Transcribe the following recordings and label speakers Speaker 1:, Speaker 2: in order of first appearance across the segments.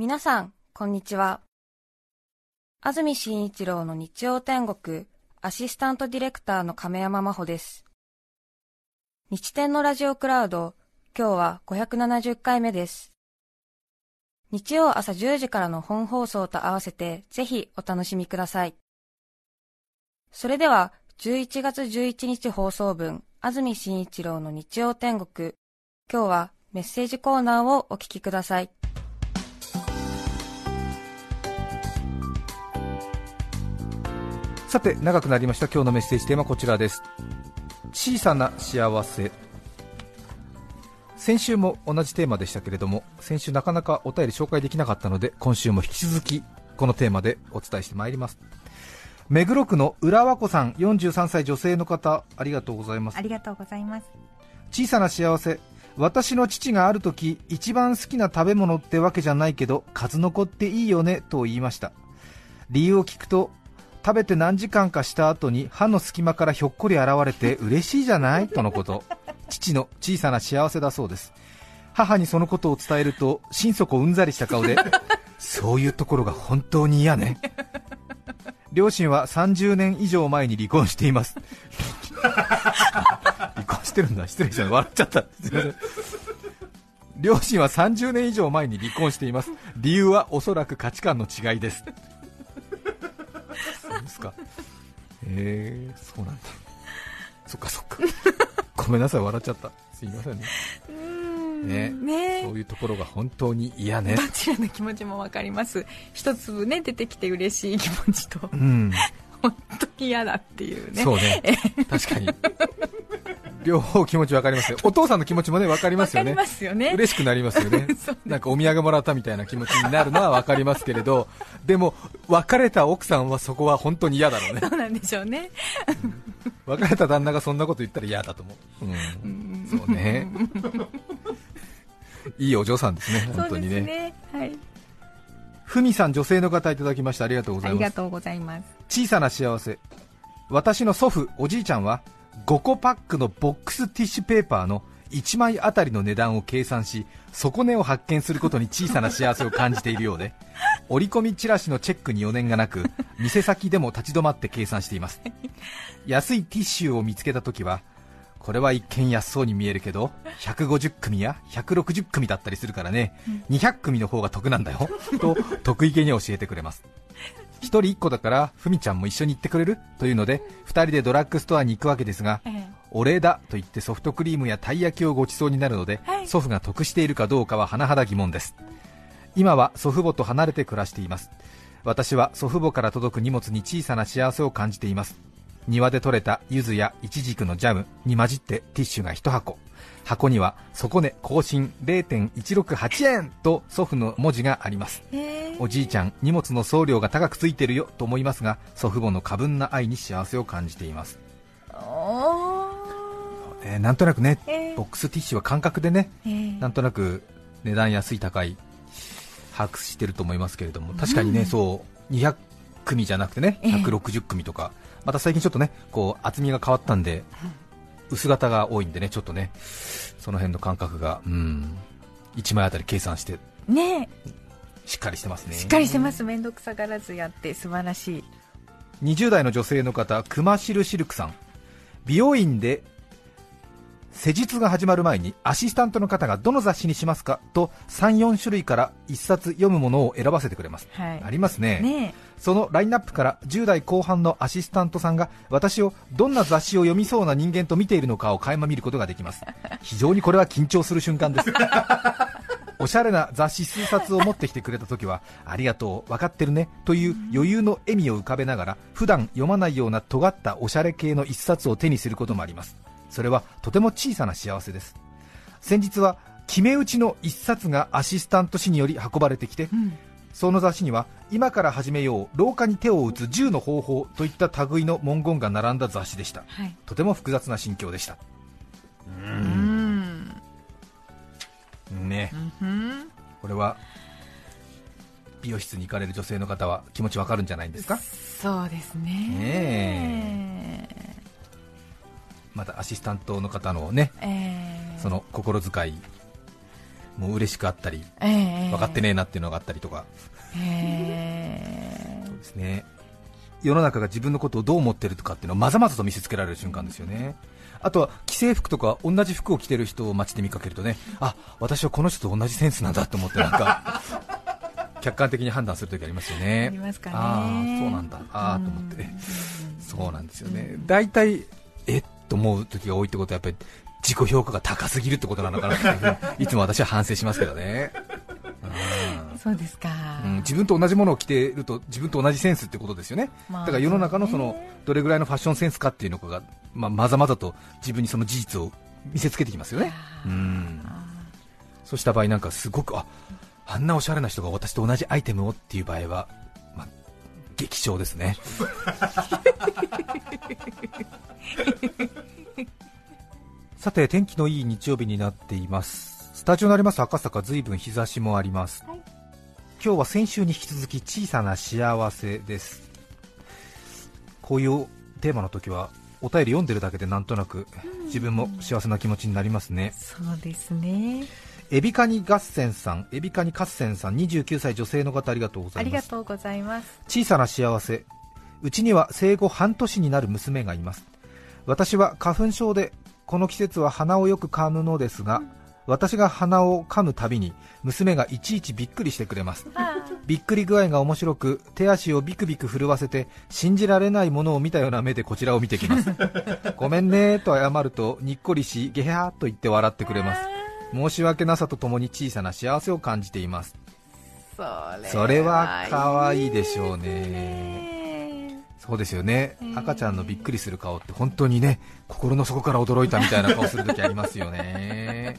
Speaker 1: 皆さん、こんにちは。安住紳一郎の日曜天国、アシスタントディレクターの亀山真帆です。日天のラジオクラウド、今日は570回目です。日曜朝10時からの本放送と合わせて、ぜひお楽しみください。それでは、11月11日放送分、安住紳一郎の日曜天国、今日はメッセージコーナーをお聞きください。
Speaker 2: さて、長くなりました。今日のメッセージテーマはこちらです。小さな幸せ。先週も同じテーマでしたけれども、先週なかなかお便り紹介できなかったので、今週も引き続きこのテーマでお伝えしてまいります。目黒区の浦和子さん、43歳女性の方、ありがとうございます。
Speaker 3: ありがとうございます。
Speaker 2: 小さな幸せ。私の父がある時、一番好きな食べ物ってわけじゃないけど数の子っていいよねと言いました。理由を聞くと、食べて何時間かした後に歯の隙間からひょっこり現れて嬉しいじゃないとのこと。父の小さな幸せだそうです。母にそのことを伝えると、心底うんざりした顔でそういうところが本当に嫌ね。両親は30年以上前に離婚しています。離婚してるんだ、失礼しました、笑っちゃった。両親は30年以上前に離婚しています。理由はおそらく価値観の違いです。そうですか。そうなんだ。そっかそっか。ごめんなさい、笑っちゃった。すいませんね。そういうところが本当に嫌ね。
Speaker 3: どちらの気持ちもわかります。一粒ね、出てきて嬉しい気持ちと、本当に嫌だっていうね。
Speaker 2: そうね、確かに両方気持ちわかりますよ。お父さんの気持ちもね、わかりますよね。
Speaker 3: わかりますよね。
Speaker 2: 嬉しくなりますよね。なんかお土産もらったみたいな気持ちになるのはわかりますけれど、でも別れた奥さんはそこは本当に嫌だろうね。
Speaker 3: そうなんでしょうね。
Speaker 2: 別れた旦那がそんなこと言ったら嫌だと思う。そうね。いいお嬢さんですね、本当にね。
Speaker 3: そうですね。はい。
Speaker 2: ふみさん、女性の方いただきました。ありがとうございます。
Speaker 3: ありがとうございます。
Speaker 2: 小さな幸せ。私の祖父、おじいちゃんは5個パックのボックスティッシュペーパーの1枚あたりの値段を計算し、底値を発見することに小さな幸せを感じているようで、折り込みチラシのチェックに余念がなく、店先でも立ち止まって計算しています。安いティッシュを見つけたときは、これは一見安そうに見えるけど150組や160組だったりするからね、200組の方が得なんだよと得意げに教えてくれます。一人一個だからふみちゃんも一緒に行ってくれるというので、二人でドラッグストアに行くわけですが、お礼だと言ってソフトクリームやたい焼きをご馳走になるので、祖父が得しているかどうかは甚だ疑問です。今は祖父母と離れて暮らしています。私は祖父母から届く荷物に小さな幸せを感じています。庭で採れた柚子やイチジクのジャムに混じってティッシュが1箱、箱には底値更新 0.168 円と祖父の文字があります。おじいちゃん、荷物の送料が高くついてるよと思いますが、祖父母の過分な愛に幸せを感じています。なんとなくね、ボックスティッシュは感覚でね、なんとなく値段安い高い把握してると思いますけれども、確かにね、そう200組じゃなくてね、160組とか、また最近ちょっとね、こう厚みが変わったんで薄型が多いんでね、ちょっとね、その辺の感覚が1枚あたり計算して
Speaker 3: ね、
Speaker 2: しっかりしてますね。
Speaker 3: しっかりしてます。めんどくさがらずやって素晴らしい。
Speaker 2: 20代の女性の方、くましるシルクさん。美容院で施術が始まる前にアシスタントの方がどの雑誌にしますかと 3,4 種類から1冊読むものを選ばせてくれます、ありますね。そのラインナップから10代後半のアシスタントさんが私をどんな雑誌を読みそうな人間と見ているのかを垣間見ることができます。非常にこれは緊張する瞬間です。おしゃれな雑誌数冊を持ってきてくれたときは、ありがとう、分かってるねという余裕の笑みを浮かべながら、普段読まないような尖ったおしゃれ系の一冊を手にすることもあります。それはとても小さな幸せです。先日は決め打ちの一冊がアシスタント氏により運ばれてきて、その雑誌には今から始めよう、老化に手を打つ10の方法といった類の文言が並んだ雑誌でした、とても複雑な心境でした。ね、これは美容室に行かれる女性の方は気持ちわかるんじゃないんですか。
Speaker 3: そうですね。
Speaker 2: またアシスタントの方のね、その心遣いもう嬉しくあったり、分かってねえなっていうのがあったりとか、そうですね、世の中が自分のことをどう思ってるとかっていうのをまざまざと見せつけられる瞬間ですよね。あとは既製服とか同じ服を着てる人を街で見かけるとね、あ、私はこの人と同じセンスなんだと思ってなんか客観的に判断するときありますよね。
Speaker 3: ありますかね。
Speaker 2: ああ、そうなんだ、ああと思って、そうなんですよね。大体と思うときが多いってことはやっぱり自己評価が高すぎるってことなのかなっていつも私は反省しますけどね。
Speaker 3: そうですか、
Speaker 2: 自分と同じものを着ていると自分と同じセンスってことですよね。だから世の中のそのどれぐらいのファッションセンスかっていうのが、まざまざと自分にその事実を見せつけてきますよね。そうした場合なんかすごくあんなおしゃれな人が私と同じアイテムをっていう場合は、激賞ですね。さて、天気のいい日曜日になっています。スタジオにあります赤坂、ずいぶん日差しもあります、はい、今日は先週に引き続き小さな幸せです。こういうテーマの時はお便り読んでるだけでなんとなく自分も幸せな気持ちになりますね。
Speaker 3: そうですね。
Speaker 2: エビカニ合戦さん、エビカニ合戦さん、29歳女性の方、ありがとうございます。
Speaker 3: ありがとうございます。
Speaker 2: 小さな幸せ、うちには生後半年になる娘がいます。私は花粉症でこの季節は鼻をよく噛むのですが、私が鼻を噛むたびに娘がいちいちびっくりしてくれます。びっくり具合が面白く、手足をビクビク震わせて信じられないものを見たような目でこちらを見てきます。ごめんねと謝るとにっこりし、ゲハーと言って笑ってくれます。申し訳なさとともに小さな幸せを感じています。それは可愛いでしょうね。そうですよね、赤ちゃんのびっくりする顔って本当にね、心の底から驚いたみたいな顔するときありますよね。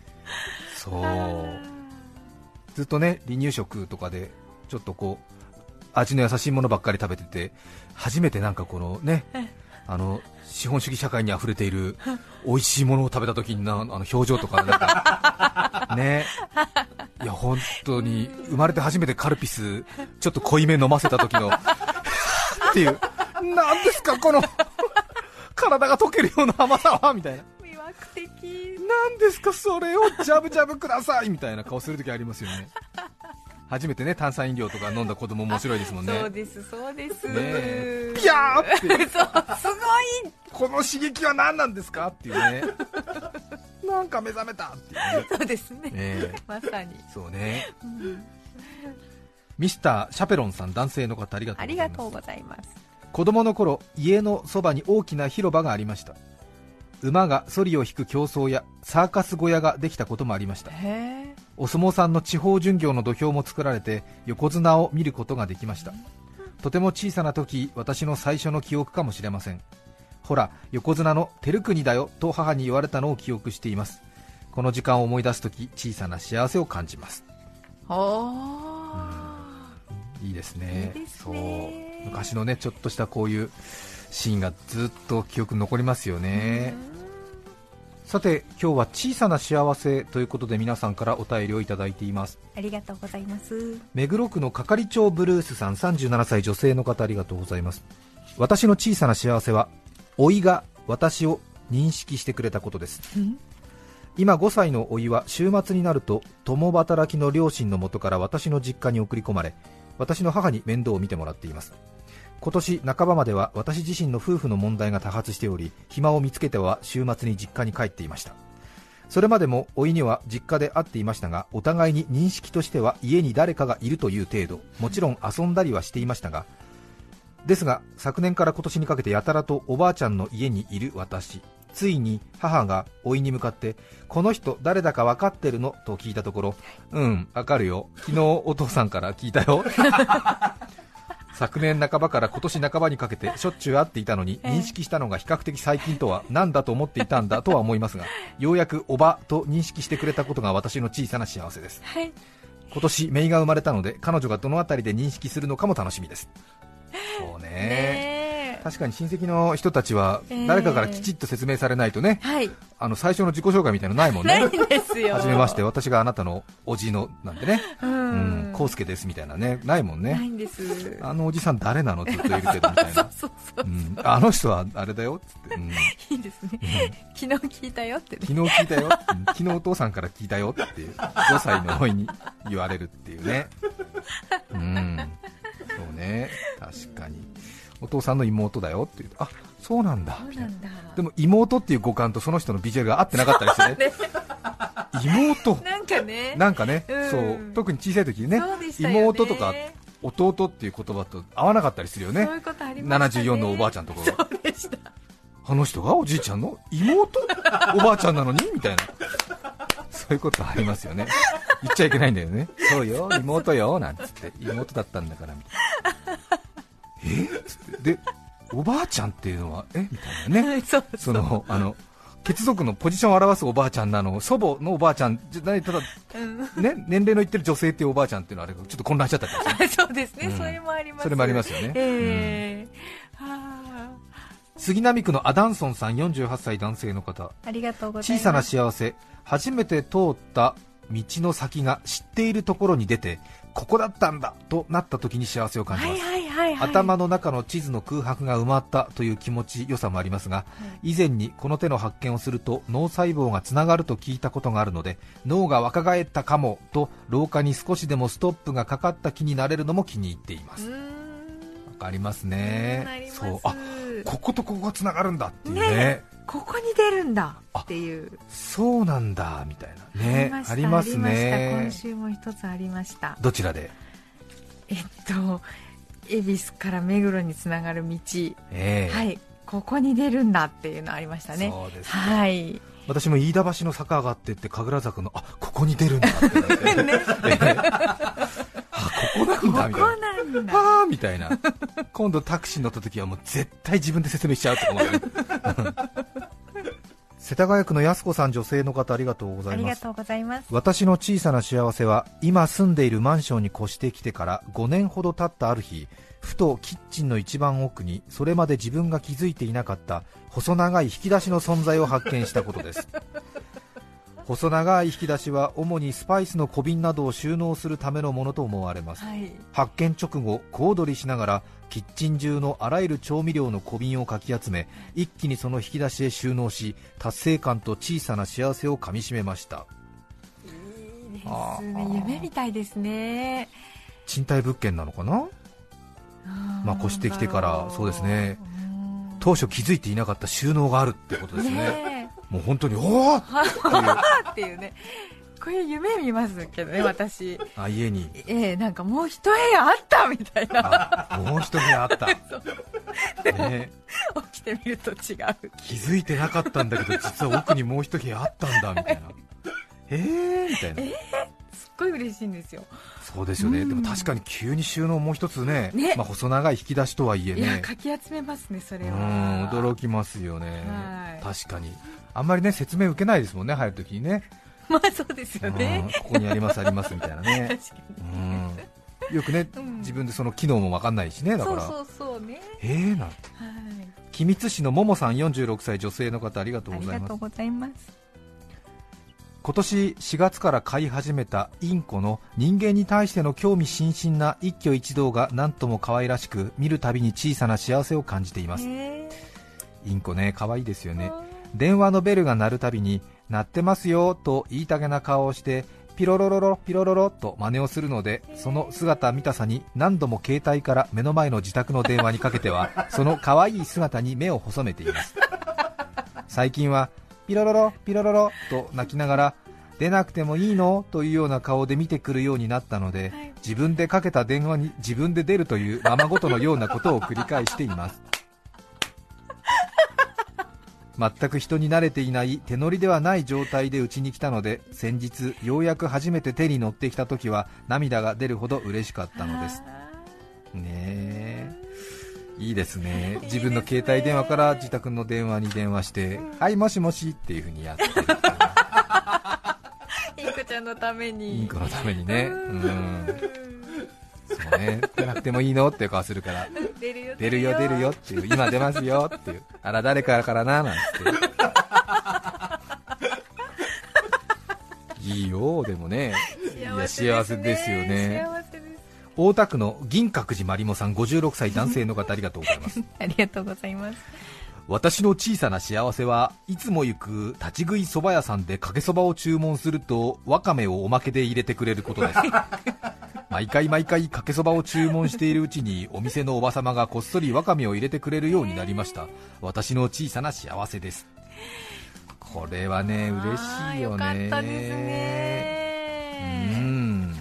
Speaker 2: そうずっとね、離乳食とかでちょっとこう味の優しいものばっかり食べてて、初めてなんかこのね、資本主義社会にあふれている美味しいものを食べたときに表情とかなんかね、いや本当に生まれて初めてカルピスちょっと濃いめ飲ませた時のっていう、なんですかこの体が溶けるような甘さはみたいな、
Speaker 3: 魅惑的
Speaker 2: なんですかそれをジャブジャブくださいみたいな顔するときありますよね。初めてね、炭酸飲料とか飲んだ子供面白いですもんね。
Speaker 3: そうですそうです、
Speaker 2: ね、ピヤーって
Speaker 3: そうすごい、
Speaker 2: この刺激は何なんですかっていうねなんか目覚めたっていうね。
Speaker 3: そうですね、まさに
Speaker 2: そうね、ミスターシャペロンさん、男性の方、ありがとうございます。子供の頃、家のそばに大きな広場がありました。馬がソリを引く競争やサーカス小屋ができたこともありました。お相撲さんの地方巡業の土俵も作られて横綱を見ることができました。とても小さな時、私の最初の記憶かもしれません。ほら横綱の照国だよと母に言われたのを記憶しています。この時間を思い出す時、小さな幸せを感じます。いいですね。そう昔のね、ちょっとしたこういうシーンがずっと記憶に残りますよね。さて今日は小さな幸せということで皆さんからお便りをいただいています。
Speaker 3: ありがとうございます。
Speaker 2: 目黒区の係長ブルースさん、37歳女性の方、ありがとうございます。私の小さな幸せは甥が私を認識してくれたことです。今5歳の甥は週末になると共働きの両親の元から私の実家に送り込まれ、私の母に面倒を見てもらっています。今年半ばまでは私自身の夫婦の問題が多発しており、暇を見つけては週末に実家に帰っていました。それまでも甥には実家で会っていましたが、お互いに認識としては家に誰かがいるという程度、もちろん遊んだりはしていましたが、ですが昨年から今年にかけてやたらとおばあちゃんの家にいる私、ついに母が甥に向かって、この人誰だか分かってるのと聞いたところ、分かるよ、昨日お父さんから聞いたよ昨年半ばから今年半ばにかけてしょっちゅう会っていたのに、認識したのが比較的最近とは何だと思っていたんだとは思いますが、ようやくおばと認識してくれたことが私の小さな幸せです。今年姪が生まれたので、彼女がどのあたりで認識するのかも楽しみです。そうね、 確かに親戚の人たちは誰かからきちっと説明されないとね、
Speaker 3: はい、
Speaker 2: 最初の自己紹介みたいなのないもんね。
Speaker 3: ないんですよ。
Speaker 2: はじめまして、私があなたのおじのなんてね、コウスケですみたいなね、ないもんね。
Speaker 3: ないんです。
Speaker 2: あのおじさん誰なのずっといるけどみたいな。あの人はあれだよっつって、
Speaker 3: いいですね、昨日聞いたよってね、
Speaker 2: 昨日聞いたよ、昨日お父さんから聞いたよって5歳の甥に言われるっていうね。そうね、確かにお父さんの妹だよって言うと、あ、そうなんだみたいな。でも妹っていう語感とその人のビジュアルが合ってなかったりしてね。妹なんかね、そう特に小さい時にね、妹とか弟っていう言葉と合わなかったりするよね。
Speaker 3: そういうことありましたね。
Speaker 2: 74のおばあちゃんとかが、
Speaker 3: そうでした。
Speaker 2: あの人がおじいちゃんの妹おばあちゃんなのにみたいな、そういうことありますよね。言っちゃいけないんだよね。そうよ妹よなんつって、妹だったんだからみたいな。つってでおばあちゃんっていうのはみたいなね。その血族のポジションを表すおばあちゃんなの、祖母のおばあちゃんじゃない、ただ、ね、年齢のいってる女性っていうおばあちゃんっていうのはあれちょっと混乱しちゃったりして、ね、
Speaker 3: そうですね、それもあります。
Speaker 2: それもありますよね。杉並区のアダンソンさん、48歳男性の方。
Speaker 3: ありがとうございます。
Speaker 2: 小さな幸せ、初めて通った道の先が知っているところに出て、ここだったんだとなった時に幸せを感じます。頭の中の地図の空白が埋まったという気持ちよさもありますが、以前にこの手の発見をすると脳細胞がつながると聞いたことがあるので、脳が若返ったかもと老化に少しでもストップがかかった気になれるのも気に入っています。わかりますね。そう、あ、こことここがつながるんだっていうね、
Speaker 3: ここに出るんだっていう、
Speaker 2: そうなんだみたいなね、ありますね。
Speaker 3: 今週も一つありました。
Speaker 2: どちらで？
Speaker 3: 恵比寿から目黒につながる道、はい、ここに出るんだっていうのありましたね。
Speaker 2: そうですね、
Speaker 3: はい、
Speaker 2: 私も飯田橋の坂上がってって神楽坂のここに出るんだってねここなんだみたいな、みたいな今度タクシーに乗った時はもう絶対自分で説明しちゃうと思う、ね、世田谷区の安子さん、女性の方、ありがとうございます。
Speaker 3: ありがとうございます。
Speaker 2: 私の小さな幸せは、今住んでいるマンションに越してきてから5年ほど経ったある日、ふとキッチンの一番奥にそれまで自分が気づいていなかった細長い引き出しの存在を発見したことです。細長い引き出しは主にスパイスの小瓶などを収納するためのものと思われます、発見直後、小躍りしながらキッチン中のあらゆる調味料の小瓶をかき集め、一気にその引き出しへ収納し、達成感と小さな幸せをかみしめました。
Speaker 3: いいですね、夢みたいですね。
Speaker 2: 賃貸物件なのかな。越してきてから、そうですね、当初気づいていなかった収納があるってことですね。もう本当におー
Speaker 3: っていうね、こういう夢見ますけどね、私。
Speaker 2: 家に
Speaker 3: なんかもう一部屋あったみたいな。
Speaker 2: もう一部屋あった
Speaker 3: 起きてみると違う。
Speaker 2: 気づいてなかったんだけど実は奥にもう一部屋あったんだみたいな。みたいな。
Speaker 3: すっごい嬉しいんですよ。
Speaker 2: そうですよね、でも確かに急に収納もう一つね、細長い引き出しとはいえね、
Speaker 3: いや、かき集めますね、それは。
Speaker 2: 驚きますよね、確かに。あんまりね、説明受けないですもんね、入るときにね。
Speaker 3: まあそうですよね、
Speaker 2: ここにありますありますみたいなね。
Speaker 3: 確か
Speaker 2: によくね、自分でその機能も分かんないしね、だから。
Speaker 3: そうね。
Speaker 2: なんて。君津市のももさん、46歳女性の方、ありがとうございます。
Speaker 3: ありがとうございます。
Speaker 2: 今年4月から飼い始めたインコの人間に対しての興味津々な一挙一動がなんとも可愛らしく、見るたびに小さな幸せを感じています。インコね、可愛いですよね。電話のベルが鳴るたびに鳴ってますよと言いたげな顔をしてピロロロロピロロロと真似をするので、その姿見たさに何度も携帯から目の前の自宅の電話にかけてはその可愛い姿に目を細めています。最近はピロロロピロロロと泣きながら、出なくてもいいのというような顔で見てくるようになったので、自分でかけた電話に自分で出るというままごとのようなことを繰り返しています。全く人に慣れていない手乗りではない状態で家に来たので、先日ようやく初めて手に乗ってきた時は涙が出るほど嬉しかったのですね。いいですね、自分の携帯電話から自宅の電話に電話して、はいもしもしっていう風にやってるインコちゃんのために、インコのためにね。そうね、出なくてもいいのっていう顔するから
Speaker 3: 出るよ
Speaker 2: 出るよ出るよっていう、今出ますよっていう、あら誰からななんていいよ、でもね、いや幸せですよね。
Speaker 3: 幸せです。
Speaker 2: 大田区の銀閣寺まりもさん、56歳男性の方、ありがとうございます
Speaker 3: ありがとうございます。
Speaker 2: 私の小さな幸せはいつも行く立ち食いそば屋さんでかけそばを注文するとわかめをおまけで入れてくれることです毎回かけそばを注文しているうちにお店のおばさまがこっそりわかめを入れてくれるようになりました。私の小さな幸せです。これはね、嬉しいよね。
Speaker 3: よかったですね。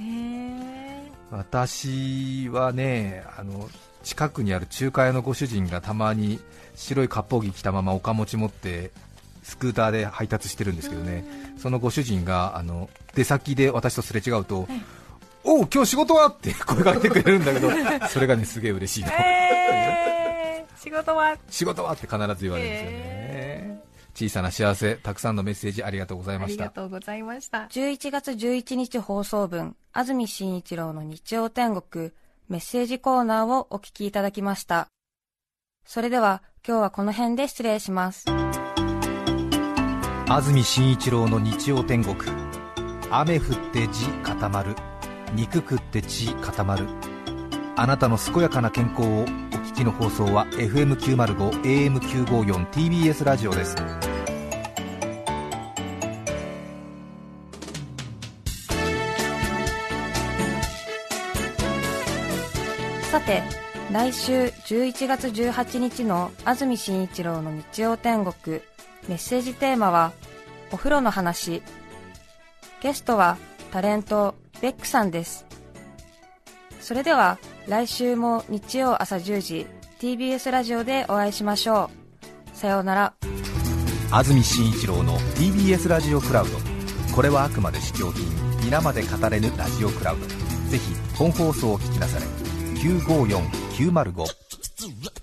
Speaker 2: 私はね、近くにある中華屋のご主人がたまに白い割烹着着たままおかもち持ってスクーターで配達してるんですけどね、そのご主人が出先で私とすれ違うと、おう今日仕事はって声かけてくれるんだけどそれがねすげえ嬉しいの、
Speaker 3: 仕事は
Speaker 2: って必ず言われるんですよね。小さな幸せ、たくさんのメッセージありがとうございました。
Speaker 3: ありがとうございました。
Speaker 1: 11月11日放送分、安住紳一郎の日曜天国メッセージコーナーをお聞きいただきました。それでは今日はこの辺で失礼します。
Speaker 2: 安住紳一郎の日曜天国。雨降って地固まる、肉食って血固まる。あなたの健やかな健康をお聞きの放送は FM905 AM954 TBS ラジオです。
Speaker 1: さて、来週11月18日の安住紳一郎の日曜天国メッセージテーマはお風呂の話。ゲストはタレントベックさんです。それでは来週も日曜朝10時 TBS ラジオでお会いしましょう。さようなら。
Speaker 2: 安住紳一郎の TBS ラジオクラウド。これはあくまで試供品、皆まで語れぬラジオクラウド。ぜひ本放送を聞きなされ。954905